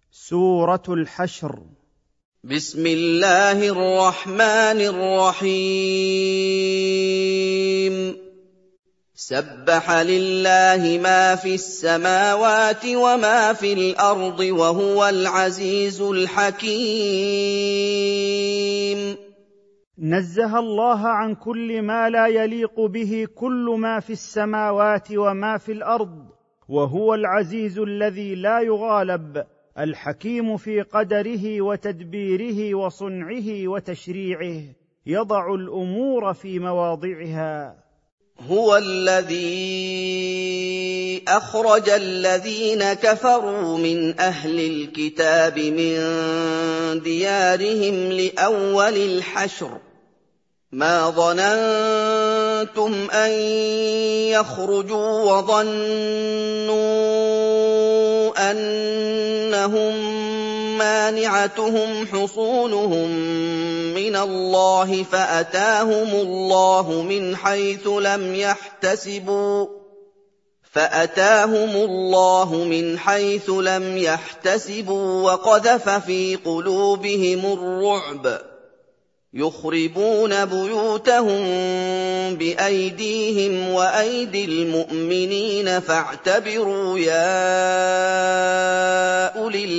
سورة الحشر. بسم الله الرحمن الرحيم. سبح لله ما في السماوات وما في الأرض وهو العزيز الحكيم. نزه الله عن كل ما لا يليق به كل ما في السماوات وما في الأرض، وهو العزيز الذي لا يغالب، الحكيم في قدره وتدبيره وصنعه وتشريعه، يضع الأمور في مواضعها. هو الذي أخرج الذين كفروا من أهل الكتاب من ديارهم لأول الحشر ما ظننتم أن يخرجوا وظنوا أنهم مانعتهم حصونهم من الله فأتاهم الله من حيث لم يحتسبوا وقذف في قلوبهم الرعب يخربون بيوتهم بأيديهم وأيدي المؤمنين فاعتبروا يا أولي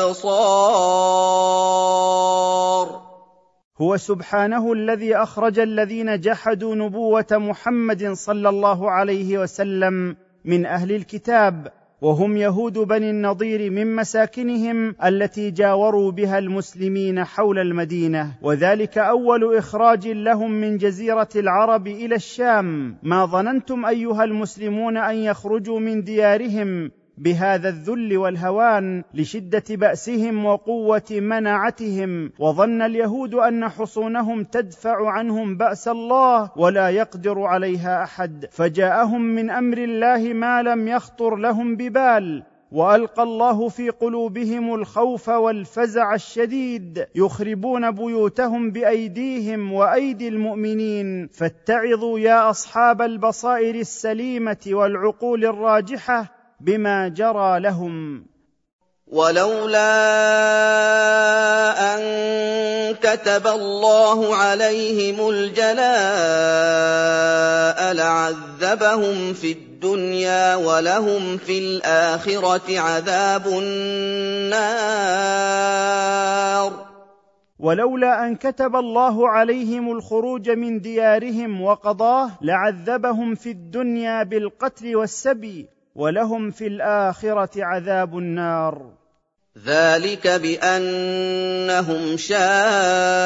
الأبصار. هو سبحانه الذي أخرج الذين جحدوا نبوة محمد صلى الله عليه وسلم من أهل الكتاب، وهم يهود بني النضير، من مساكنهم التي جاوروا بها المسلمين حول المدينة، وذلك أول إخراج لهم من جزيرة العرب إلى الشام. ما ظننتم أيها المسلمون أن يخرجوا من ديارهم بهذا الذل والهوان لشدة بأسهم وقوة مناعتهم، وظن اليهود أن حصونهم تدفع عنهم بأس الله ولا يقدر عليها أحد، فجاءهم من أمر الله ما لم يخطر لهم ببال، وألقى الله في قلوبهم الخوف والفزع الشديد، يخربون بيوتهم بأيديهم وأيدي المؤمنين. فاتعظوا يا أصحاب البصائر السليمة والعقول الراجحة بما جرى لهم. ولولا أن كتب الله عليهم الجلاء لعذبهم في الدنيا ولهم في الآخرة عذاب النار. ولولا أن كتب الله عليهم الخروج من ديارهم وقضاه لعذبهم في الدنيا بالقتل والسبي، ولهم في الآخرة عذاب النار. ذلك بأنهم شاقوا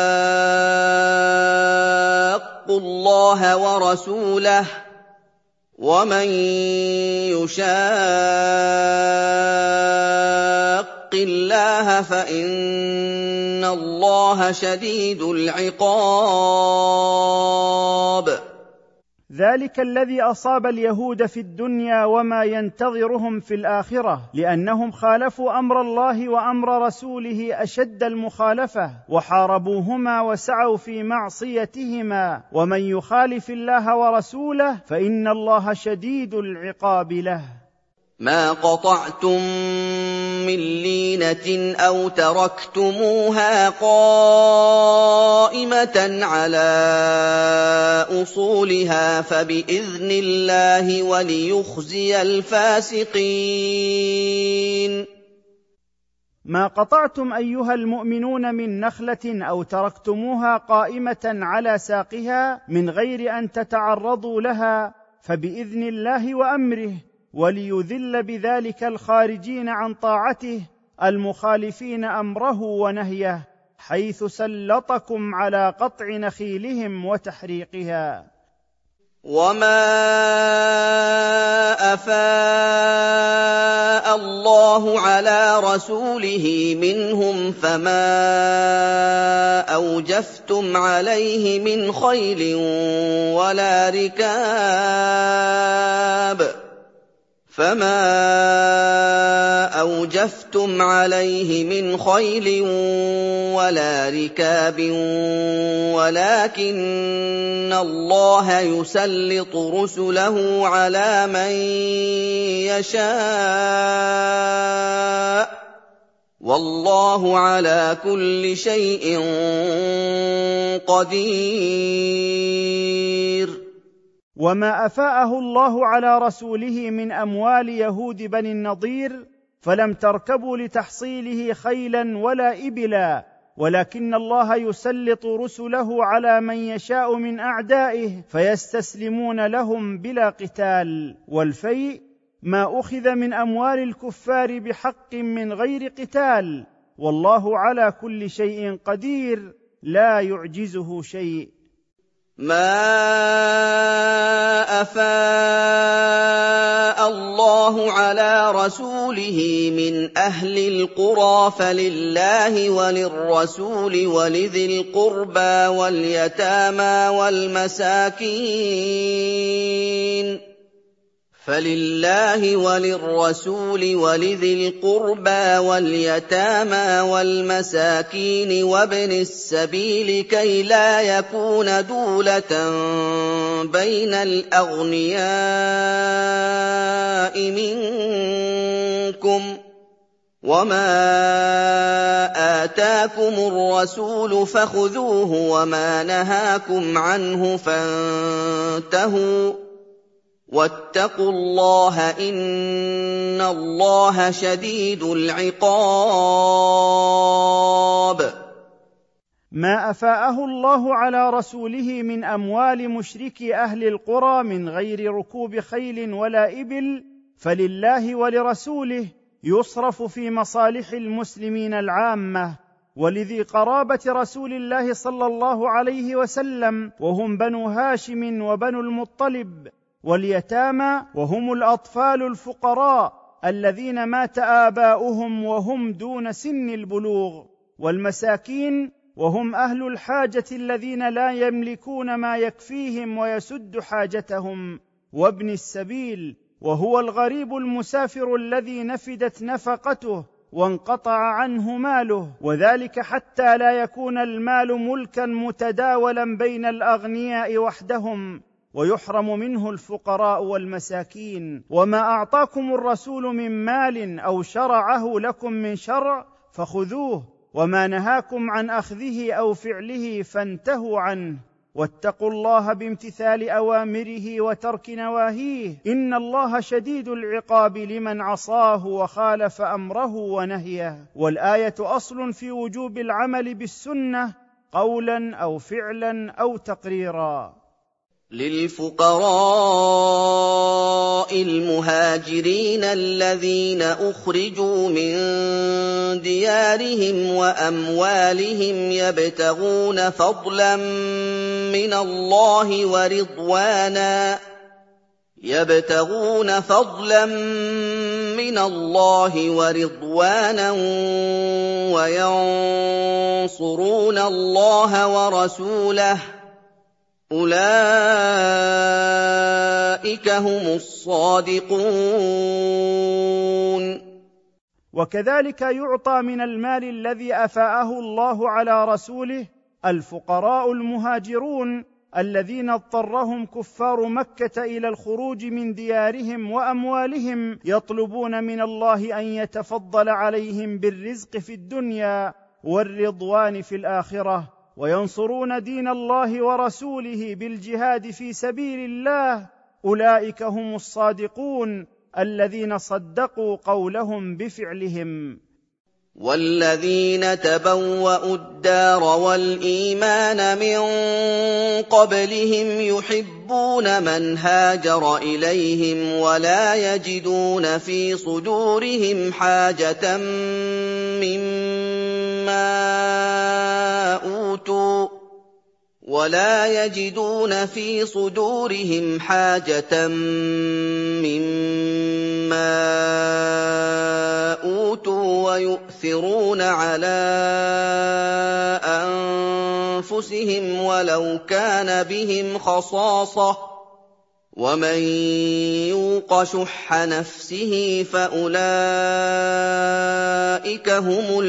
الله ورسوله، ومن يشاق الله فإن الله شديد العقاب. ذلك الذي أصاب اليهود في الدنيا وما ينتظرهم في الآخرة، لأنهم خالفوا أمر الله وأمر رسوله أشد المخالفة، وحاربوهما وسعوا في معصيتهما، ومن يخالف الله ورسوله فإن الله شديد العقاب له. ما قطعتم من لينة أو تركتموها قائمة على أصولها فبإذن الله وليخزي الفاسقين. ما قطعتم أيها المؤمنون من نخلة أو تركتموها قائمة على ساقها من غير أن تتعرضوا لها فبإذن الله وأمره، وليذل بذلك الخارجين عن طاعته المخالفين أمره ونهيه، حيث سلطكم على قطع نخيلهم وتحريقها. وما أفاء الله على رسوله منهم فما أوجفتم عليه من خيل ولا ركاب ولكن الله يسلط رسله على من يشاء وَاللَّهُ عَلَىٰ كُلِّ شَيْءٍ قَدِيرٌ. وما أفاءه الله على رسوله من أموال يهود بني النضير فلم تركبوا لتحصيله خيلا ولا إبلا، ولكن الله يسلط رسله على من يشاء من أعدائه فيستسلمون لهم بلا قتال. والفيء ما أخذ من أموال الكفار بحق من غير قتال، والله على كل شيء قدير لا يعجزه شيء. ما أفاء الله على رسوله من أهل القرى فلله وللرسول ولذي القربى واليتامى والمساكين وابن السبيل كي لا يكون دولة بين الأغنياء منكم، وما آتاكم الرسول فخذوه وما نهاكم عنه فانتهوا، واتقوا الله إن الله شديد العقاب. ما أفاءه الله على رسوله من أموال مشركي أهل القرى من غير ركوب خيل ولا إبل فلله ولرسوله، يصرف في مصالح المسلمين العامة، ولذي قرابة رسول الله صلى الله عليه وسلم وهم بنو هاشم وبنو المطلب، واليتامى وهم الأطفال الفقراء الذين مات آباؤهم وهم دون سن البلوغ، والمساكين وهم أهل الحاجة الذين لا يملكون ما يكفيهم ويسد حاجتهم، وابن السبيل وهو الغريب المسافر الذي نفدت نفقته وانقطع عنه ماله، وذلك حتى لا يكون المال ملكا متداولا بين الأغنياء وحدهم ويحرم منه الفقراء والمساكين. وما أعطاكم الرسول من مال أو شرعه لكم من شرع فخذوه، وما نهاكم عن أخذه أو فعله فانتهوا عنه، واتقوا الله بامتثال أوامره وترك نواهيه، إن الله شديد العقاب لمن عصاه وخالف أمره ونهيه. والآية أصل في وجوب العمل بالسنة قولا أو فعلا أو تقريرا. للفقراء المهاجرين الذين أخرجوا من ديارهم وأموالهم يبتغون فضلا من الله ورضوانا وينصرون الله ورسوله، أولئك هم الصادقون. وكذلك يعطى من المال الذي أفاءه الله على رسوله الفقراء المهاجرون الذين اضطرهم كفار مكة إلى الخروج من ديارهم وأموالهم، يطلبون من الله أن يتفضل عليهم بالرزق في الدنيا والرضوان في الآخرة، وينصرون دين الله ورسوله بالجهاد في سبيل الله، أولئك هم الصادقون الذين صدقوا قولهم بفعلهم. والذين تبوأوا الدار والإيمان من قبلهم يحبون من هاجر إليهم ولا يجدون في صدورهم حاجة مما أوتوا ويؤثرون على أنفسهم ولو كان بهم خصاصة، ومن يوق شح نفسه فأولئك هم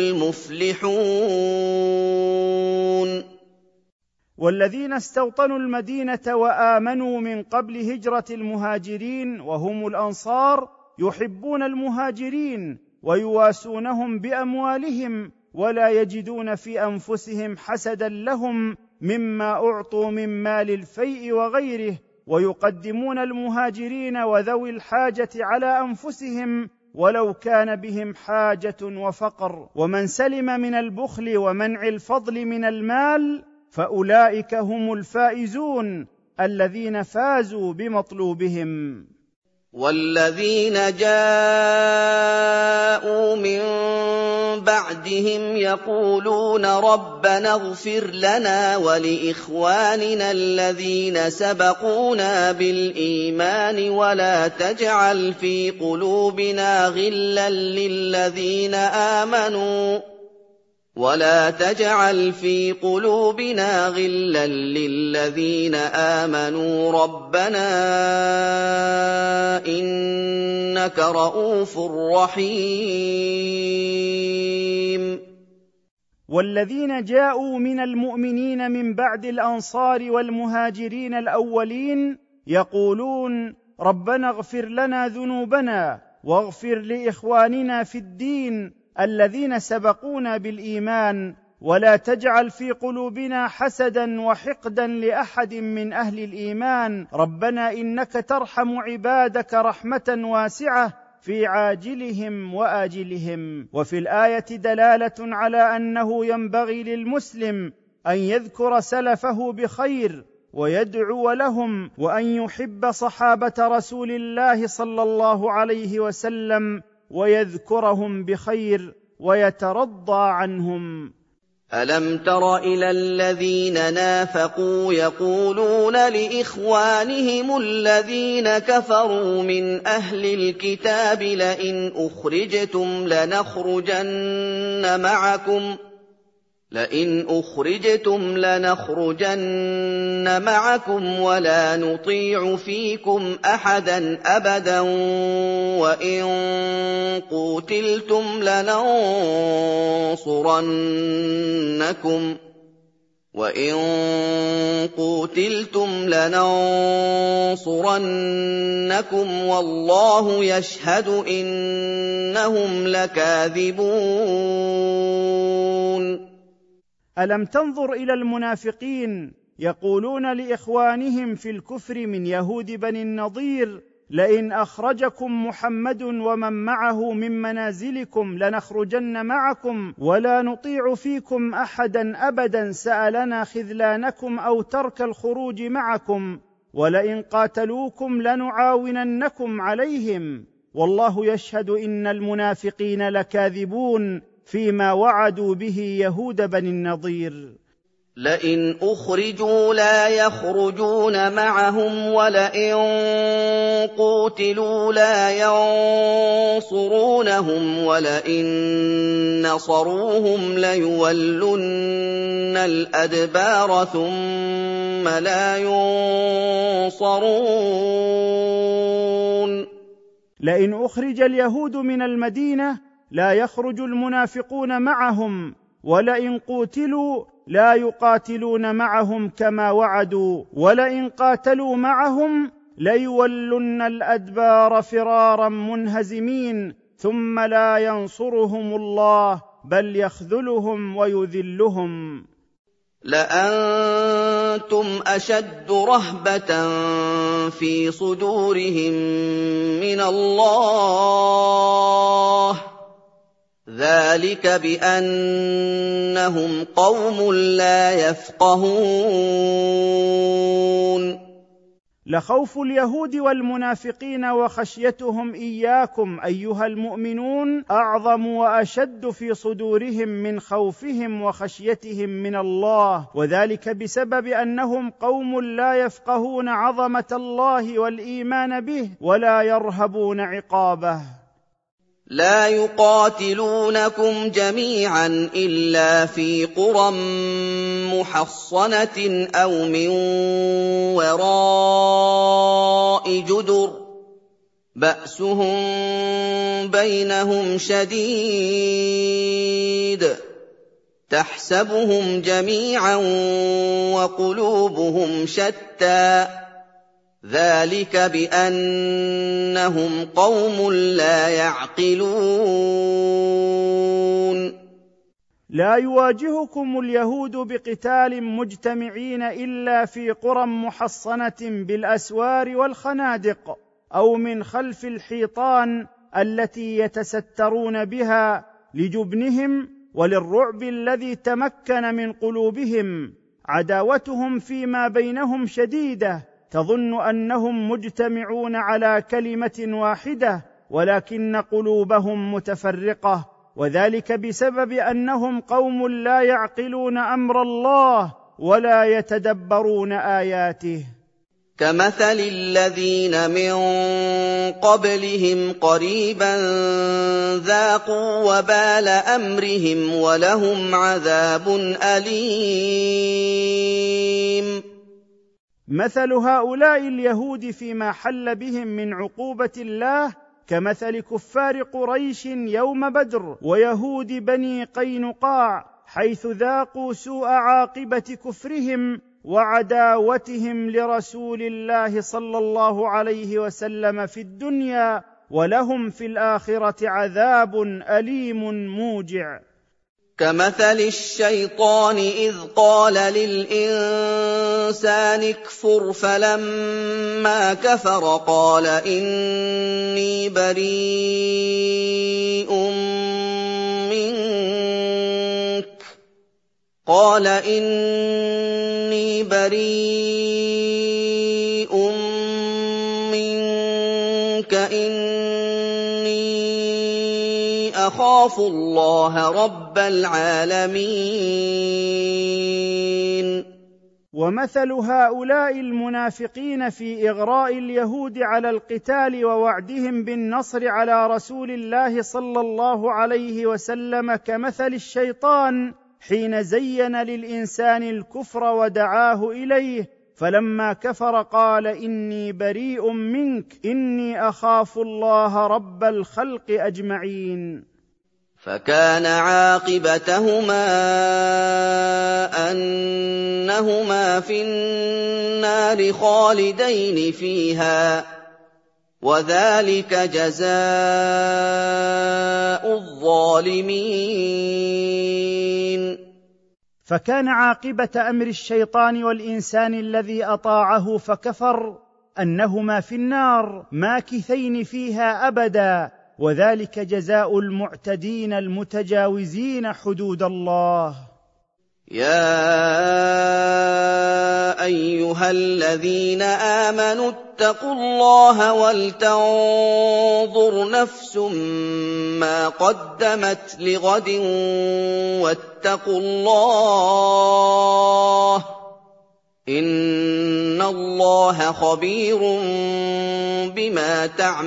المفلحون. والذين استوطنوا المدينة وآمنوا من قبل هجرة المهاجرين وهم الأنصار يحبون المهاجرين ويواسونهم باموالهم، ولا يجدون في انفسهم حسدا لهم مما اعطوا من مال الفيء وغيره، ويقدمون المهاجرين وذوي الحاجه على انفسهم ولو كان بهم حاجه وفقر. ومن سلم من البخل ومنع الفضل من المال فاولئك هم الفائزون الذين فازوا بمطلوبهم. والذين جاءوا من بعدهم يقولون ربنا اغفر لنا ولإخواننا الذين سبقونا بالإيمان ولا تجعل في قلوبنا غلا للذين آمنوا ربنا إنك رءوف رحيم. والذين جاءوا من المؤمنين من بعد الأنصار والمهاجرين الأولين يقولون ربنا اغفر لنا ذنوبنا واغفر لإخواننا في الدين الذين سبقونا بالإيمان ولا تجعل في قلوبنا حسدا وحقدا لأحد من أهل الإيمان ربنا إنك ترحم عبادك رحمة واسعة في عاجلهم وآجلهم. وفي الآية دلالة على أنه ينبغي للمسلم أن يذكر سلفه بخير ويدعو لهم، وأن يحب صحابة رسول الله صلى الله عليه وسلم ويذكرهم بخير ويترضى عنهم. ألم تر إلى الذين نافقوا يقولون لإخوانهم الذين كفروا من أهل الكتاب لئن أخرجتم لنخرجن معكم ولا نطيع فيكم أحدا أبدا وإن قوتلتم لننصرنكم والله يشهد إنهم لكاذبون. ألم تنظر إلى المنافقين يقولون لإخوانهم في الكفر من يهود بني النضير لئن أخرجكم محمد ومن معه من منازلكم لنخرجن معكم ولا نطيع فيكم أحدا أبدا سألنا خذلانكم أو ترك الخروج معكم ولئن قاتلوكم لنعاوننكم عليهم والله يشهد إن المنافقين لكاذبون فيما وعدوا به يهود بني النضير. لئن أخرجوا لا يخرجون معهم ولئن قوتلوا لا ينصرونهم ولئن نصروهم ليولن الأدبار ثم لا ينصرون. لئن أخرج اليهود من المدينة لا يخرج المنافقون معهم ولئن قوتلوا لا يقاتلون معهم كما وعدوا ولئن قاتلوا معهم ليولن الأدبار فرارا منهزمين ثم لا ينصرهم الله بل يخذلهم ويذلهم. لأنتم أشد رهبة في صدورهم من الله ذلك بأنهم قوم لا يفقهون. لخوف اليهود والمنافقين وخشيتهم إياكم أيها المؤمنون أعظم وأشد في صدورهم من خوفهم وخشيتهم من الله، وذلك بسبب أنهم قوم لا يفقهون عظمة الله والإيمان به ولا يرهبون عقابه. لا يقاتلونكم جميعا إلا في قرى محصنة أو من وراء جدر بأسهم بينهم شديد تحسبهم جميعا وقلوبهم شتى ذَٰلِكَ بِأَنَّهُمْ قَوْمٌ لَّا يَعْقِلُونَ لا يواجهكم اليهود بقتال مجتمعين إلا في قرى محصنة بالأسوار والخنادق أو من خلف الحيطان التي يتسترون بها لجبنهم وللرعب الذي تمكن من قلوبهم. عداوتهم فيما بينهم شديدة، تظن أنهم مجتمعون على كلمة واحدة ولكن قلوبهم متفرقة، وذلك بسبب أنهم قوم لا يعقلون أمر الله ولا يتدبرون آياته. كَمَثَلِ الَّذِينَ مِن قَبْلِهِمْ قَرِيبًا ذَاقُوا وَبَالَ أَمْرِهِمْ وَلَهُمْ عَذَابٌ أَلِيمٌ. مثل هؤلاء اليهود فيما حل بهم من عقوبة الله كمثل كفار قريش يوم بدر ويهود بني قينقاع، حيث ذاقوا سوء عاقبة كفرهم وعداوتهم لرسول الله صلى الله عليه وسلم في الدنيا، ولهم في الآخرة عذاب أليم موجع. كَمَثَلِ الشَّيْطَانِ إِذْ قَالَ لِلْإِنسَانِ اكْفُرْ فَلَمَّا كَفَرَ قَالَ إِنِّي بَرِيءٌ مِّنكَ إِنِّي أَخَافُ اللَّهَ رَبَّ الْعَالَمِينَ. ومثل هؤلاء المنافقين في إغراء اليهود على القتال ووعدهم بالنصر على رسول الله صلى الله عليه وسلم كمثل الشيطان حين زين للإنسان الكفر ودعاه إليه، فلما كفر قال إني بريء منك إني أخاف الله رب الخلق أجمعين. فَكَانَ عَاقِبَتَهُمَا أَنَّهُمَا فِي النَّارِ خَالِدَيْنِ فِيهَا ۚ وَذَٰلِكَ جَزَاءُ الظَّالِمِينَ. فكان عاقبة أمر الشيطان والإنسان الذي أطاعه فكفر أنهما في النار ماكثين فيها أبدا، وذلك جزاء المعتدين المتجاوزين حدود الله. يَا أَيُّهَا الَّذِينَ آمَنُوا اتَّقُوا اللَّهَ وَلْتَنظُرْ نَفْسٌ مَّا قَدَّمَتْ لِغَدٍ وَاتَّقُوا اللَّهَ ۚ إِنَّ اللَّهَ خَبِيرٌ بِمَا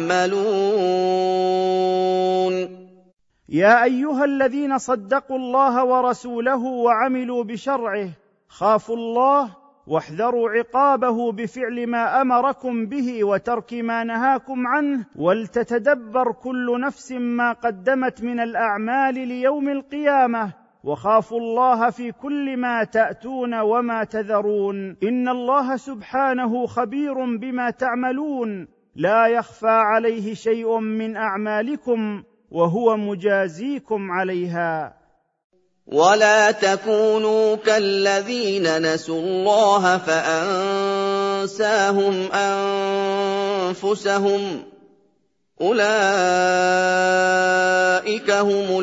تَعْمَلُونَ. يا أيها الذين صدقوا الله ورسوله وعملوا بشرعه، خافوا الله واحذروا عقابه بفعل ما أمركم به وترك ما نهاكم عنه، ولتتدبر كل نفس ما قدمت من الأعمال ليوم القيامة، وخافوا الله في كل ما تأتون وما تذرون، إن الله سبحانه خبير بما تعملون، لا يخفى عليه شيء من أعمالكم وهو مجازيكم عليها. ولا تكونوا كالذين نسوا الله فأنساهم أنفسهم، أولئك هم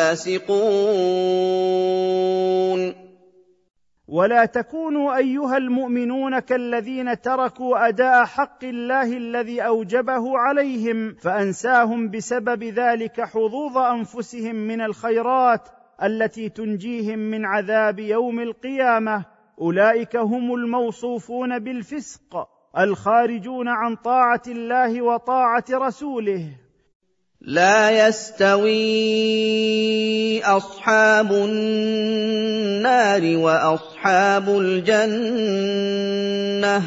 الفاسقون. ولا تكونوا أيها المؤمنون كالذين تركوا أداء حق الله الذي أوجبه عليهم فأنساهم بسبب ذلك حظوظ أنفسهم من الخيرات التي تنجيهم من عذاب يوم القيامة، أولئك هم الموصوفون بالفسق الخارجون عن طاعة الله وطاعة رسوله. لا يستوي أصحاب النار وأصحاب الجنة،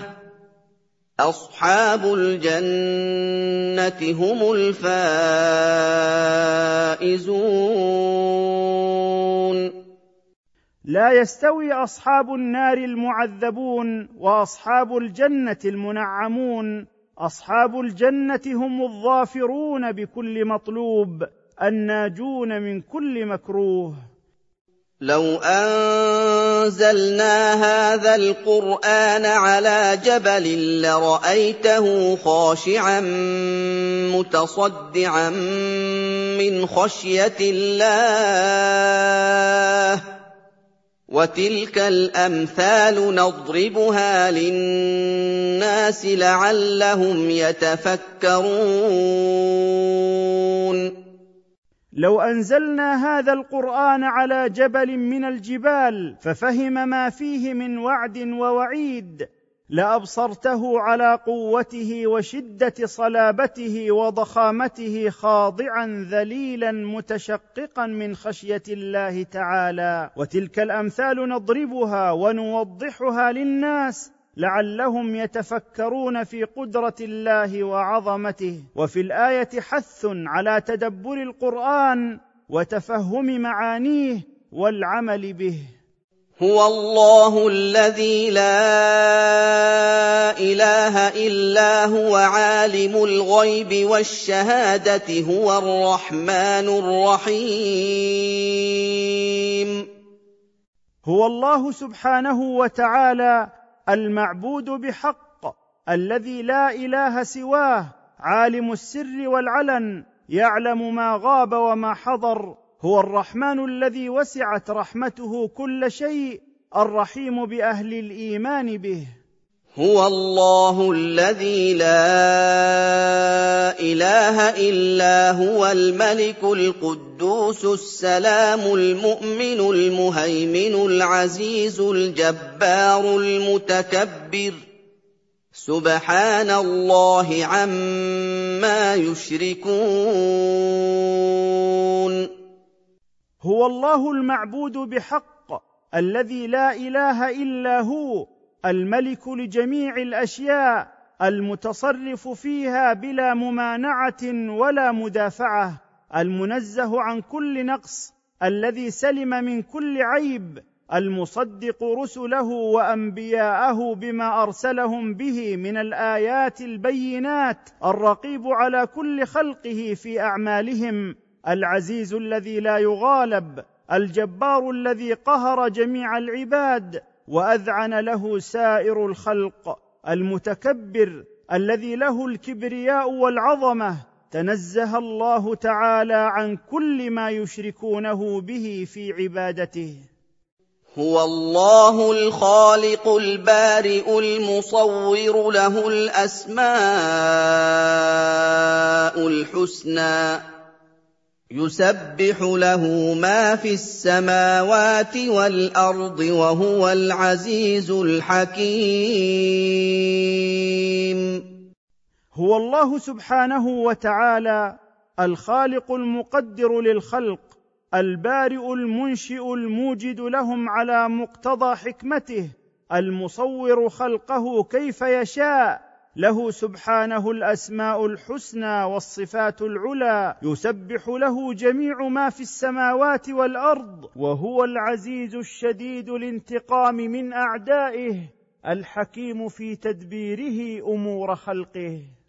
أصحاب الجنة هم الفائزون. لا يستوي أصحاب النار المعذبون وأصحاب الجنة المنعمون. أصحاب الجنة هم الظافرون بكل مطلوب، الناجون من كل مكروه. لو أنزلنا هذا القرآن على جبل لرأيته خاشعا متصدعا من خشية الله، وتلك الأمثال نضربها للناس لعلهم يتفكرون. لو أنزلنا هذا القرآن على جبل من الجبال ففهم ما فيه من وعد ووعيد لأبصرته على قوته وشدة صلابته وضخامته خاضعا ذليلا متشققا من خشية الله تعالى. وتلك الأمثال نضربها ونوضحها للناس لعلهم يتفكرون في قدرة الله وعظمته. وفي الآية حث على تدبر القرآن وتفهم معانيه والعمل به. هو الله الذي لا إله إلا هو عالم الغيب والشهادة هو الرحمن الرحيم. هو الله سبحانه وتعالى المعبود بحق الذي لا إله سواه، عالم السر والعلن، يعلم ما غاب وما حضر. هو الرحمن الذي وسعت رحمته كل شيء، الرحيم بأهل الإيمان به. هو الله الذي لا إله إلا هو الملك القدوس السلام المؤمن المهيمن العزيز الجبار المتكبر، سبحان الله عما يشركون. هو الله المعبود بحق الذي لا إله إلا هو، الملك لجميع الأشياء، المتصرف فيها بلا ممانعة ولا مدافعة، المنزه عن كل نقص، الذي سلم من كل عيب، المصدق رسله وأنبياءه بما أرسلهم به من الآيات البينات، الرقيب على كل خلقه في أعمالهم، العزيز الذي لا يغالب، الجبار الذي قهر جميع العباد وأذعن له سائر الخلق، المتكبر الذي له الكبرياء والعظمة، تنزه الله تعالى عن كل ما يشركونه به في عبادته. هو الله الخالق البارئ المصور، له الأسماء الحسنى، يسبح له ما في السماوات والأرض وهو العزيز الحكيم. هو الله سبحانه وتعالى الخالق المقدر للخلق، البارئ المنشئ الموجد لهم على مقتضى حكمته، المصور خلقه كيف يشاء، له سبحانه الأسماء الحسنى والصفات العلى، يسبح له جميع ما في السماوات والأرض، وهو العزيز الشديد الانتقام من أعدائه، الحكيم في تدبيره أمور خلقه.